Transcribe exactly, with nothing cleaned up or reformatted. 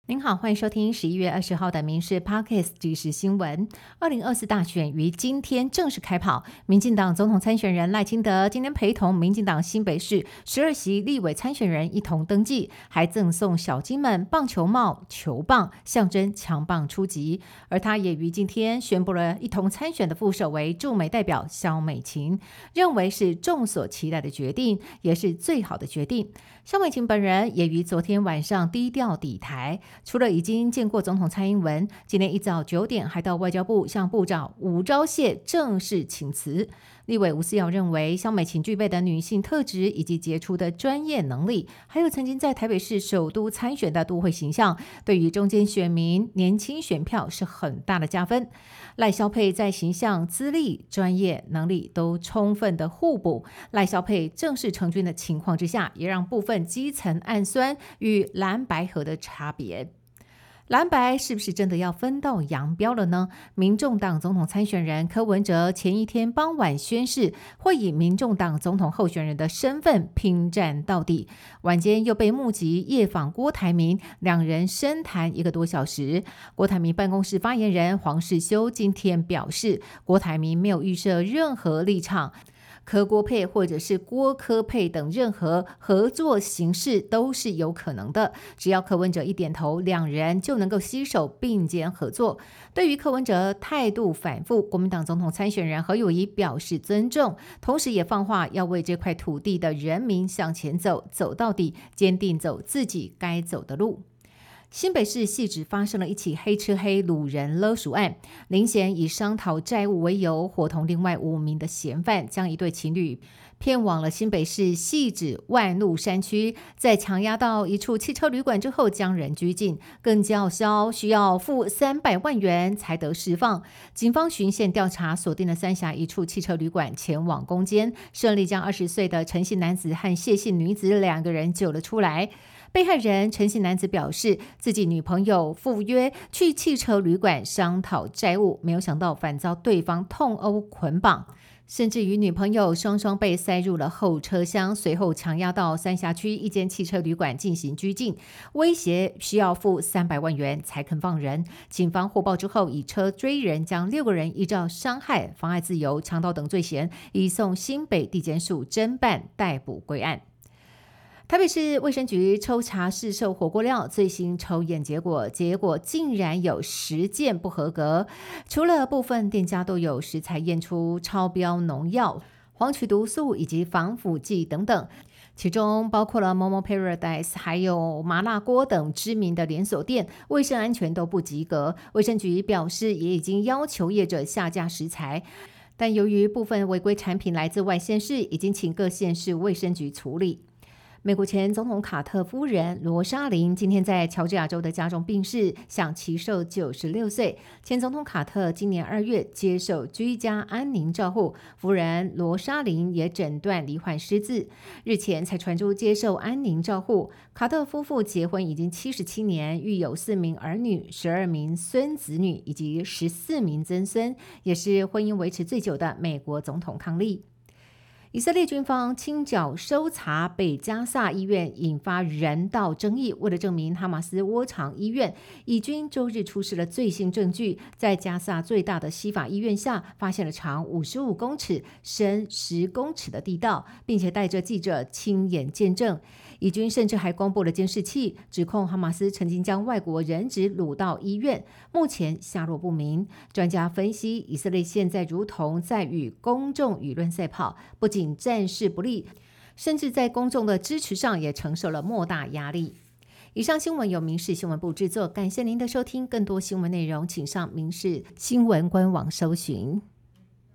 您好，欢迎收听十一月二十号的民事 Podcast 即时新闻。二零二四大选于今天正式开跑，民进党总统参选人赖清德今天陪同民进党新北市十二席立委参选人一同登记，还赠送小金们棒球帽、球棒，象征强棒出击。而他也于今天宣布了一同参选的副手为驻美代表萧美琴，认为是众所期待的决定，也是最好的决定。萧美琴本人也于昨天晚上低调抵台，除了已经见过总统蔡英文，今天一早九点还到外交部向部长吴钊燮正式请辞。立委吴思瑶认为，萧美琴具备的女性特质以及杰出的专业能力，还有曾经在台北市首都参选的都会形象，对于中间选民、年轻选票是很大的加分。赖萧配在形象、资历、专业能力都充分的互补，赖萧配正式成军的情况之下，也让部分基层暗酸与蓝白合的差别。蓝白是不是真的要分道扬镳了呢？民众党总统参选人柯文哲前一天傍晚宣誓，会以民众党总统候选人的身份拼战到底。晚间又被目击夜访郭台铭，两人深谈一个多小时。郭台铭办公室发言人黄世修今天表示，郭台铭没有预设任何立场，柯郭配或者是郭柯配等任何合作形式都是有可能的，只要柯文哲一点头，两人就能够携手并肩合作。对于柯文哲态度反复，国民党总统参选人何友宜表示尊重，同时也放话要为这块土地的人民向前走，走到底，坚定走自己该走的路。新北市汐止发生了一起黑吃黑掳人勒赎案，林嫌以商讨债务为由，伙同另外五名的嫌犯，将一对情侣骗往了新北市汐止万路山区，在强押到一处汽车旅馆之后，将人拘禁，更叫嚣需要付三百万元才得释放。警方循线调查，锁定了三峡一处汽车旅馆，前往攻坚，顺利将二十岁的陈姓男子和谢姓女子两个人救了出来。被害人陈姓男子表示，自己女朋友赴约去汽车旅馆商讨债务，没有想到反遭对方痛殴捆绑，甚至与女朋友双双被塞入了后车厢，随后强押到三峡区一间汽车旅馆进行拘禁，威胁需要付三百万元才肯放人。警方获报之后，以车追人，将六个人依照伤害、妨碍自由、强盗等罪嫌，移送新北地检署侦办逮捕归案。台北市卫生局抽查市售火锅料最新抽验结果，结果竟然有十件不合格，除了部分店家都有食材验出超标农药、黄曲毒素以及防腐剂等等，其中包括了 Momo Paradise 还有麻辣锅等知名的连锁店，卫生安全都不及格。卫生局表示，也已经要求业者下架食材，但由于部分违规产品来自外县市，已经请各县市卫生局处理。美国前总统卡特夫人罗莎琳今天在乔治亚州的家中病逝，享其寿九十六岁。前总统卡特今年二月接受居家安宁照护，夫人罗莎琳也诊断罹患失智，日前才传出接受安宁照护。卡特夫妇结婚已经七十七年，育有四名儿女、十二名孙子女以及十四名曾孙，也是婚姻维持最久的美国总统伉俪。以色列军方清剿搜查北加萨医院，引发人道争议。为了证明哈马斯窝藏医院，以军周日出示了最新证据，在加萨最大的西法医院下发现了长五十五公尺、深十公尺的地道，并且带着记者亲眼见证。以军甚至还公布了监视器，指控哈马斯曾经将外国人质掳到医院，目前下落不明。专家分析，以色列现在如同在与公众舆论赛跑，不仅战事不利，甚至在公众的支持上也承受了莫大压力。以上新闻由民事新闻部制作，感谢您的收听。更多新闻内容，请上民事新闻官网搜寻。